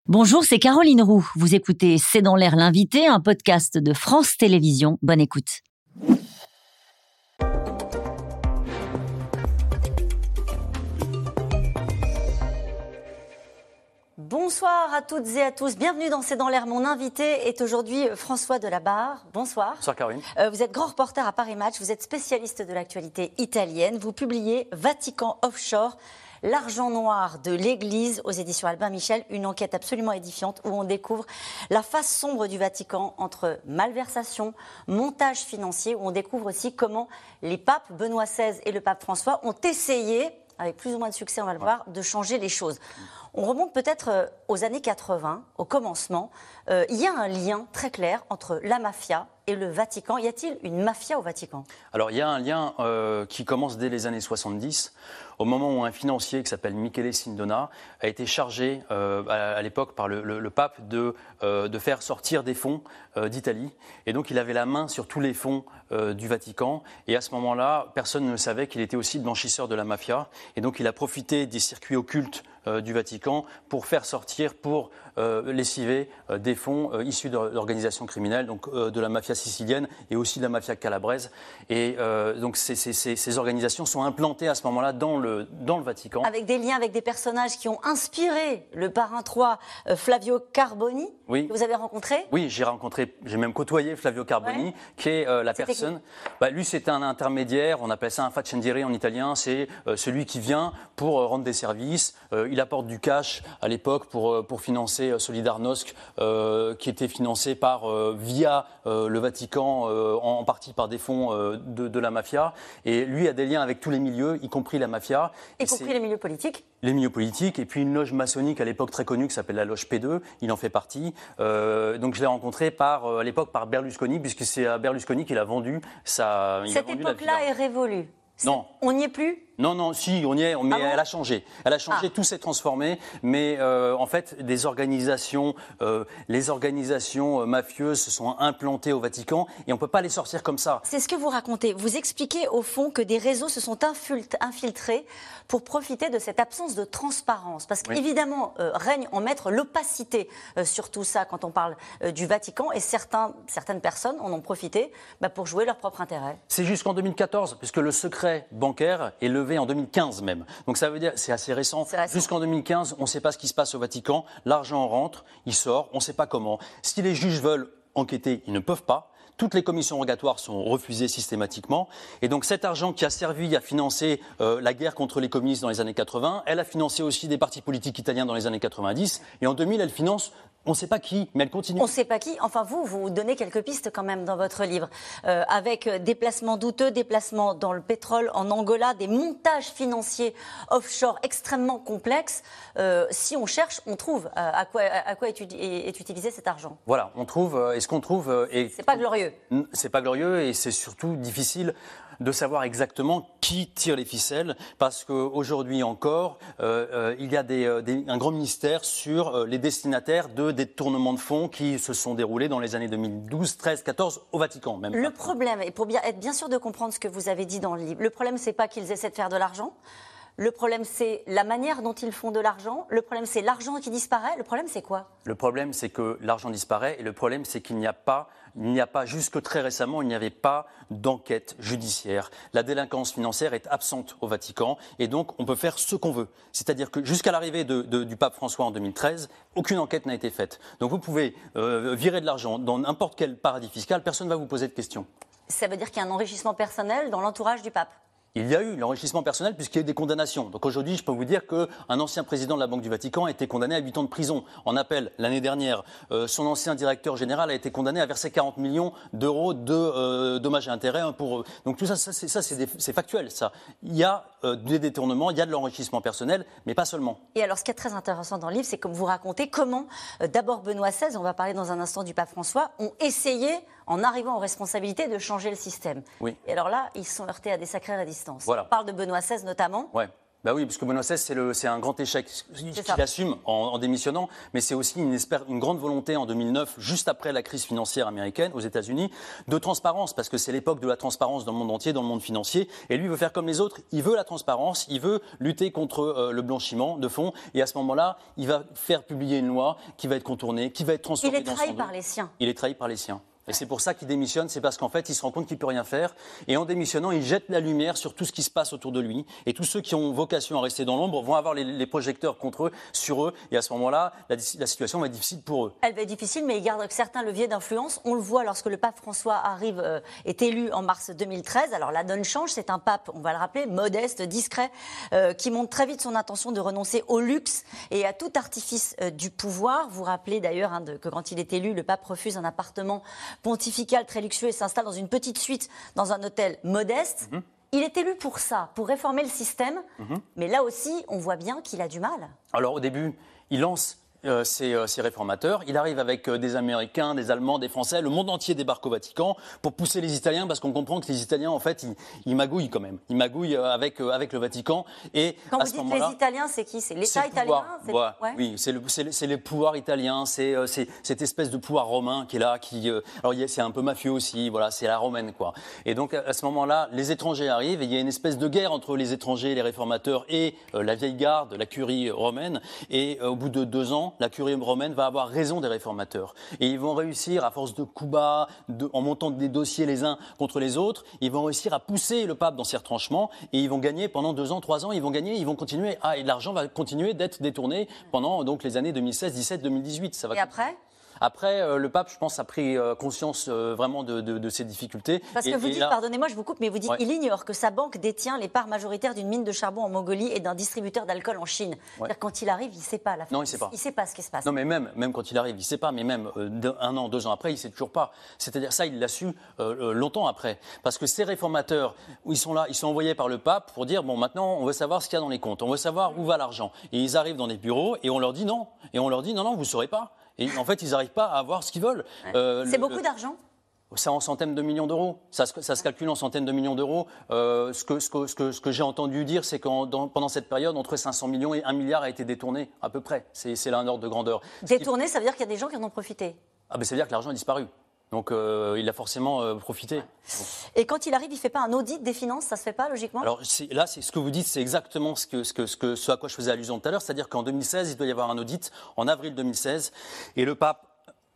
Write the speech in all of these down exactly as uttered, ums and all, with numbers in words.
Bonjour, c'est Caroline Roux. Vous écoutez C'est dans l'air l'invité, un podcast de France Télévisions. Bonne écoute. Bonsoir à toutes et à tous. Bienvenue dans C'est dans l'air. Mon invité est aujourd'hui François Delabarre. Bonsoir. Bonsoir Caroline. Euh, vous êtes grand reporter à Paris Match. Vous êtes spécialiste de l'actualité italienne. Vous publiez Vatican Offshore. L'argent noir de l'Église aux éditions Albin Michel, une enquête absolument édifiante où on découvre la face sombre du Vatican entre malversation, montage financier, où on découvre aussi comment les papes Benoît seize et le pape François ont essayé, avec plus ou moins de succès, on va le voir, de changer les choses. On remonte peut-être aux années quatre-vingts, au commencement. Euh, il y a un lien très clair entre la mafia et le Vatican. Y a-t-il une mafia au Vatican ? Alors il y a un lien euh, qui commence dès les années soixante-dix, au moment où un financier qui s'appelle Michele Sindona a été chargé euh, à, à l'époque par le, le, le pape de, euh, de faire sortir des fonds euh, d'Italie. Et donc il avait la main sur tous les fonds euh, du Vatican. Et à ce moment-là, personne ne savait qu'il était aussi blanchisseur de la mafia. Et donc il a profité des circuits occultes euh, du Vatican pour faire sortir, pour euh, lessiver euh, des fonds euh, issus de l'organisation criminelle, donc euh, de la mafia sicilienne et aussi de la mafia calabraise. Et euh, donc ces, ces, ces, ces organisations sont implantées à ce moment-là dans le, dans le Vatican. Avec des liens avec des personnages qui ont inspiré le parrain trois, euh, Flavio Carboni, oui. que vous avez rencontré. Oui, j'ai rencontré, j'ai même côtoyé Flavio Carboni, ouais. qui est euh, la C'était personne. Bah, lui, c'est un intermédiaire, on appelle ça un faccendiere en italien, c'est euh, celui qui vient pour euh, rendre des services. Euh, il apporte du cash à l'époque pour, euh, pour financer euh, Solidarnosc, euh, qui était financé par, euh, via euh, le Vatican, euh, en, en partie par des fonds euh, de, de la mafia. Et lui a des liens avec tous les milieux, y compris la mafia. Y et compris les milieux politiques. Les milieux politiques, et puis une loge maçonnique à l'époque très connue qui s'appelle la loge P deux, il en fait partie. Euh, donc je l'ai rencontré par, euh, à l'époque par Berlusconi, puisque c'est à Berlusconi qu'il a vendu sa. Cette époque-là est révolue. Non. On n'y est plus ? Non, non, si, on y est, mais ah bon elle a changé. Elle a changé, ah. Tout s'est transformé, mais euh, en fait, des organisations, euh, les organisations euh, mafieuses se sont implantées au Vatican et on ne peut pas les sortir comme ça. C'est ce que vous racontez. Vous expliquez au fond que des réseaux se sont infiltrés pour profiter de cette absence de transparence. Parce qu'évidemment, oui. euh, règne en maître l'opacité euh, sur tout ça quand on parle euh, du Vatican et certains, certaines personnes en ont profité bah, pour jouer leur propre intérêt. C'est jusqu'en deux mille quatorze, puisque le secret bancaire est levé en deux mille quinze même. Donc ça veut dire, c'est assez récent. récent. Jusqu'en deux mille quinze, on ne sait pas ce qui se passe au Vatican. L'argent rentre, il sort, on ne sait pas comment. Si les juges veulent enquêter, ils ne peuvent pas. Toutes les commissions rogatoires sont refusées systématiquement. Et donc cet argent qui a servi à financer euh, la guerre contre les communistes dans les années quatre-vingts, elle a financé aussi des partis politiques italiens dans les années quatre-vingt-dix. Et en deux mille, elle finance... On ne sait pas qui, mais elle continue. On ne sait pas qui. Enfin, vous, vous donnez quelques pistes quand même dans votre livre. Euh, avec des placements douteux, des placements dans le pétrole en Angola, des montages financiers offshore extrêmement complexes. Euh, si on cherche, on trouve euh, à quoi, à quoi est, est utilisé cet argent. Voilà, on trouve. Euh, et ce qu'on trouve... Euh, est... C'est pas glorieux. C'est pas glorieux et c'est surtout difficile de savoir exactement qui tire les ficelles, parce qu'aujourd'hui encore, euh, euh, il y a des, des, un grand mystère sur euh, les destinataires de détournements de fonds qui se sont déroulés dans les années deux mille douze, treize, quatorze au Vatican même. Le problème, et pour bien, être bien sûr de comprendre ce que vous avez dit dans le livre, le problème c'est pas qu'ils essaient de faire de l'argent. Le problème, c'est la manière dont ils font de l'argent. Le problème, c'est l'argent qui disparaît. Le problème, c'est quoi ? Le problème, c'est que l'argent disparaît. Et le problème, c'est qu'il n'y a pas, il n'y a pas, jusque très récemment, il n'y avait pas d'enquête judiciaire. La délinquance financière est absente au Vatican. Et donc, on peut faire ce qu'on veut. C'est-à-dire que jusqu'à l'arrivée de, de, du pape François en deux mille treize, aucune enquête n'a été faite. Donc, vous pouvez euh, virer de l'argent dans n'importe quel paradis fiscal. Personne ne va vous poser de questions. Ça veut dire qu'il y a un enrichissement personnel dans l'entourage du pape ? Il y a eu l'enrichissement personnel puisqu'il y a eu des condamnations. Donc aujourd'hui, je peux vous dire qu'un ancien président de la Banque du Vatican a été condamné à huit ans de prison. En appel, l'année dernière, euh, son ancien directeur général a été condamné à verser quarante millions d'euros de euh, dommages et intérêts. Hein, pour, donc tout ça, ça c'est, ça, c'est, des, c'est factuel. Ça. Il y a euh, des détournements, il y a de l'enrichissement personnel, mais pas seulement. Et alors ce qui est très intéressant dans le livre, c'est comme vous racontez comment euh, d'abord Benoît seize, on va parler dans un instant du pape François, ont essayé, en arrivant aux responsabilités, de changer le système. Oui. Et alors là, ils se sont heurtés à des sacrées résistances. Voilà. On parle de Benoît seize notamment. Ouais. Bah oui, parce que Benoît seize, c'est, le, c'est un grand échec qu'il assume en, en démissionnant, mais c'est aussi une, espère, une grande volonté en deux mille neuf, juste après la crise financière américaine aux États-Unis, de transparence, parce que c'est l'époque de la transparence dans le monde entier, dans le monde financier, et lui veut faire comme les autres, il veut la transparence, il veut lutter contre euh, le blanchiment de fonds, et à ce moment-là, il va faire publier une loi qui va être contournée, qui va être transformée dans son dos. Il est trahi par les siens. Il est trahi par les siens. Et c'est pour ça qu'il démissionne, c'est parce qu'en fait, il se rend compte qu'il ne peut rien faire. Et en démissionnant, il jette la lumière sur tout ce qui se passe autour de lui. Et tous ceux qui ont vocation à rester dans l'ombre vont avoir les, les projecteurs contre eux, sur eux. Et à ce moment-là, la, la situation va être difficile pour eux. Elle va être difficile, mais il garde certains leviers d'influence. On le voit lorsque le pape François arrive, euh, est élu en mars deux mille treize. Alors la donne change, c'est un pape, on va le rappeler, modeste, discret, euh, qui montre très vite son intention de renoncer au luxe et à tout artifice euh, du pouvoir. Vous vous rappelez d'ailleurs hein, de, que quand il est élu, le pape refuse un appartement pontifical très luxueux et s'installe dans une petite suite dans un hôtel modeste. Mmh. Il est élu pour ça, pour réformer le système, mmh. mais là aussi, on voit bien qu'il a du mal. Alors au début, il lance euh, ses, euh, ses réformateurs, il arrive avec euh, des Américains, des Allemands, des Français, le monde entier débarque au Vatican pour pousser les Italiens, parce qu'on comprend que les Italiens, en fait, ils, ils magouillent quand même, ils magouillent avec, euh, avec le Vatican. Et quand à vous ce dites moment-là, les Italiens, c'est qui? C'est l'État c'est italien c'est... Ouais, ouais. Oui, c'est le, c'est, le, c'est le pouvoir italien, c'est, euh, c'est cette espèce de pouvoir romain qui est là, qui, euh, alors c'est un peu mafieux aussi, voilà, c'est la romaine, quoi. Et donc à, à ce moment-là, les étrangers arrivent et il y a une espèce de guerre entre les étrangers, les réformateurs et euh, la vieille garde, la curie romaine. Et euh, au bout de deux ans, la curie romaine va avoir raison des réformateurs. Et ils vont réussir, à force de coups bas, de, en montant des dossiers les uns contre les autres, ils vont réussir à pousser le pape dans ses retranchements et ils vont gagner pendant deux ans, trois ans, ils vont gagner, ils vont continuer. Ah, et l'argent va continuer d'être détourné pendant donc, les années deux mille seize, dix-sept, deux mille dix-huit. Ça va et après Après, euh, le pape, je pense, a pris euh, conscience euh, vraiment de, de, de ces difficultés. Parce que et, vous et dites, là... pardonnez-moi, je vous coupe, mais vous dites ouais. il ignore que sa banque détient les parts majoritaires d'une mine de charbon en Mongolie et d'un distributeur d'alcool en Chine. Ouais. C'est-à-dire quand il arrive, il ne sait pas. La non, il ne sait pas. Il ne sait pas ce qui se passe. Non, mais même, même quand il arrive, il ne sait pas. Mais même euh, un an, deux ans après, il ne sait toujours pas. C'est-à-dire ça, il l'a su euh, longtemps après. Parce que ces réformateurs, ils sont là, ils sont envoyés par le pape pour dire, bon, maintenant, on veut savoir ce qu'il y a dans les comptes. On veut savoir où va l'argent. Et ils arrivent dans des bureaux et on leur dit non. Et on leur dit, non, non, vous ne saurez pas. Et en fait, ils n'arrivent pas à avoir ce qu'ils veulent. Ouais. Euh, C'est le, beaucoup d'argent ? C'est en centaines de millions d'euros. Ça, ça se calcule en centaines de millions d'euros. Euh, ce que, ce que, ce que, ce que j'ai entendu dire, c'est que pendant cette période, entre cinq cents millions et un milliard a été détourné, à peu près. C'est, c'est là un ordre de grandeur. Détourné, qui... ça veut dire qu'il y a des gens qui en ont profité ? Ah ben, ça veut dire que l'argent a disparu. Donc, euh, il a forcément euh, profité. Et quand il arrive, il ne fait pas un audit des finances, ça ne se fait pas, logiquement ? Alors c'est, là, c'est, ce que vous dites, c'est exactement ce, que, ce, que, ce, que, ce à quoi je faisais allusion tout à l'heure. C'est-à-dire qu'en deux mille seize, il doit y avoir un audit, en avril deux mille seize, et le pape,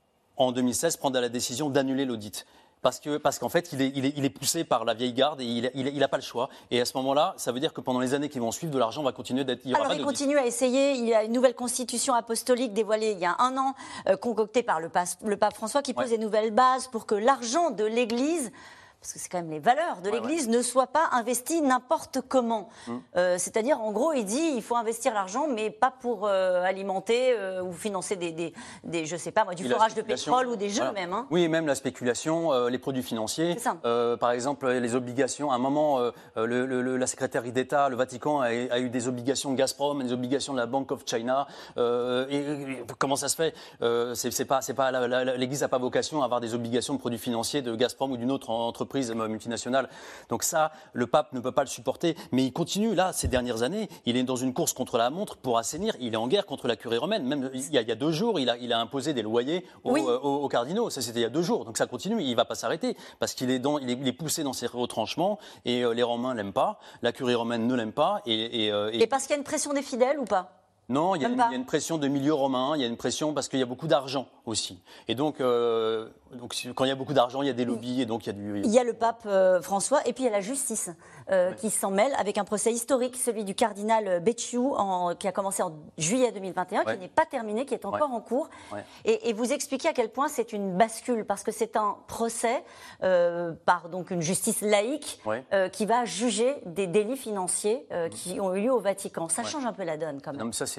en deux mille seize, prend la décision d'annuler l'audit. Parce, que, parce qu'en fait, il est, il, est, il est poussé par la vieille garde et il n'a il, il pas le choix. Et à ce moment-là, ça veut dire que pendant les années qui vont suivre, de l'argent va continuer d'être... Il y aura Alors, pas il continue à essayer. Il y a une nouvelle constitution apostolique dévoilée il y a un an, euh, concoctée par le pape, le pape François, qui pose ouais. des nouvelles bases pour que l'argent de l'Église... parce que c'est quand même les valeurs de ouais, l'Église, ouais. ne soient pas investies n'importe comment. Mmh. Euh, c'est-à-dire, en gros, il dit il faut investir l'argent, mais pas pour euh, alimenter euh, ou financer des, des, des, je sais pas moi, du forage de pétrole ou des jeux voilà. même. Hein. Oui, et même la spéculation, euh, les produits financiers. Euh, par exemple, les obligations. À un moment, euh, le, le, la secrétaire d'État, le Vatican, a, a eu des obligations de Gazprom, des obligations de la Bank of China. Euh, et, et comment ça se fait euh, c'est, c'est pas, c'est pas, la, la, l'Église n'a pas vocation à avoir des obligations de produits financiers de Gazprom ou d'une autre entreprise multinationale. Donc ça, le pape ne peut pas le supporter. Mais il continue, là, ces dernières années, il est dans une course contre la montre pour assainir. Il est en guerre contre la curie romaine. Même il y a, il y a deux jours, il a, il a imposé des loyers aux, oui. euh, aux, aux cardinaux. Ça, c'était il y a deux jours. Donc ça continue. Il ne va pas s'arrêter parce qu'il est, dans, il est, il est poussé dans ses retranchements et euh, les Romains ne l'aiment pas. La curie romaine ne l'aime pas. Et, et, euh, et... et parce qu'il y a une pression des fidèles ou pas ? Non, il y, a, il y a une pression de milieu romain, il y a une pression parce qu'il y a beaucoup d'argent aussi. Et donc, euh, donc, quand il y a beaucoup d'argent, il y a des lobbies et donc il y a du... Il y a le pape euh, François et puis il y a la justice euh, ouais. qui s'en mêle avec un procès historique, celui du cardinal Becciu, en, qui a commencé en juillet deux mille vingt et un, ouais. qui n'est pas terminé, qui est encore ouais. en cours. Ouais. Et, et vous expliquez à quel point c'est une bascule, parce que c'est un procès euh, par donc une justice laïque ouais. euh, qui va juger des délits financiers euh, mmh. qui ont eu lieu au Vatican. Ça ouais. change un peu la donne quand même. Non, mais ça, c'est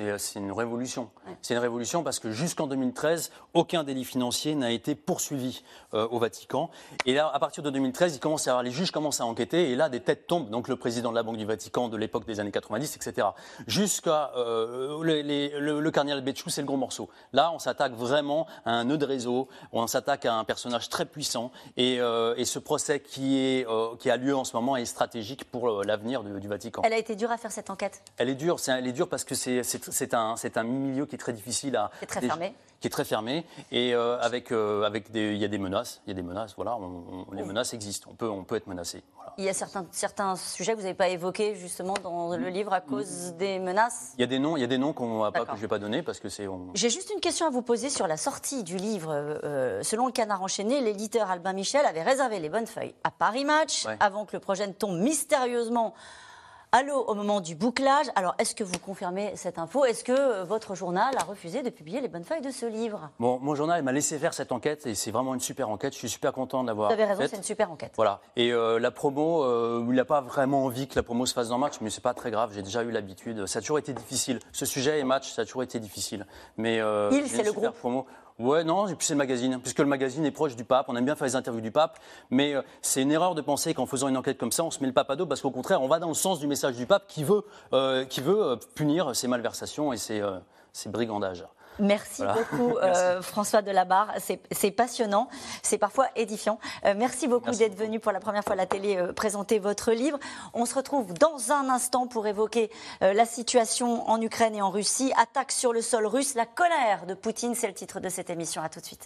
c'est, c'est une révolution. Ouais. C'est une révolution parce que jusqu'en deux mille treize, aucun délit financier n'a été poursuivi euh, au Vatican. Et là, à partir de deux mille treize, il commence à, les juges commencent à enquêter et là, des têtes tombent. Donc le président de la Banque du Vatican de l'époque des années quatre-vingt-dix, et cetera. Jusqu'à euh, les, les, le, le cardinal Becciu, c'est le gros morceau. Là, on s'attaque vraiment à un nœud de réseau, on s'attaque à un personnage très puissant et, euh, et ce procès qui, est, euh, qui a lieu en ce moment est stratégique pour euh, l'avenir du, du Vatican. Elle a été dure à faire cette enquête ? Elle est dure, c'est, elle est dure parce que c'est, c'est, c'est, un, c'est un milieu qui est très difficile à... C'est très fermé. Qui est très fermé et euh, avec, euh, avec des, il y a des menaces, il y a des menaces, voilà, on, on, les menaces existent, on peut, on peut être menacé. Voilà. Il y a certains, certains sujets que vous n'avez pas évoqués justement dans le livre à cause des menaces. Il y a des noms, il y a des noms qu'on va pas, que je ne vais pas donner parce que c'est. On... J'ai juste une question à vous poser sur la sortie du livre. Euh, selon le Canard enchaîné, l'éditeur Albin Michel avait réservé les bonnes feuilles à Paris Match ouais. avant que le projet ne tombe mystérieusement à l'eau au moment du bouclage. Alors, est-ce que vous confirmez cette info ? Est-ce que votre journal a refusé de publier les bonnes feuilles de ce livre ? Bon, mon journal m'a laissé faire cette enquête et c'est vraiment une super enquête. Je suis super content de l'avoir faite. Vous avez raison, c'est une super enquête. Voilà. Et euh, la promo, euh, il n'a pas vraiment envie que la promo se fasse dans Match, mais c'est pas très grave. J'ai déjà eu l'habitude. Ça a toujours été difficile. Ce sujet et Match, ça a toujours été difficile. Mais euh, il, c'est le groupe. Promo. Ouais, non, et puis c'est le magazine, puisque le magazine est proche du pape, on aime bien faire les interviews du pape, mais euh, c'est une erreur de penser qu'en faisant une enquête comme ça, on se met le pape à dos, parce qu'au contraire, on va dans le sens du message du pape qui veut, euh, qui veut euh, punir ces malversations et ces, euh, ces brigandages. Merci voilà. beaucoup merci. Euh, François Delabarre, c'est, c'est passionnant, c'est parfois édifiant. Euh, merci beaucoup merci d'être beaucoup. venu pour la première fois à la télé euh, présenter votre livre. On se retrouve dans un instant pour évoquer euh, la situation en Ukraine et en Russie. Attaque sur le sol russe, la colère de Poutine, c'est le titre de cette émission. À tout de suite.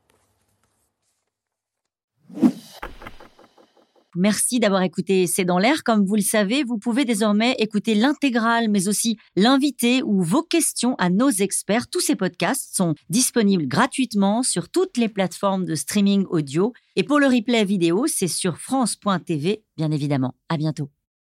Merci d'avoir écouté C'est dans l'air. Comme vous le savez, vous pouvez désormais écouter l'intégrale, mais aussi l'invité ou vos questions à nos experts. Tous ces podcasts sont disponibles gratuitement sur toutes les plateformes de streaming audio. Et pour le replay vidéo, c'est sur France point T V, bien évidemment. À bientôt.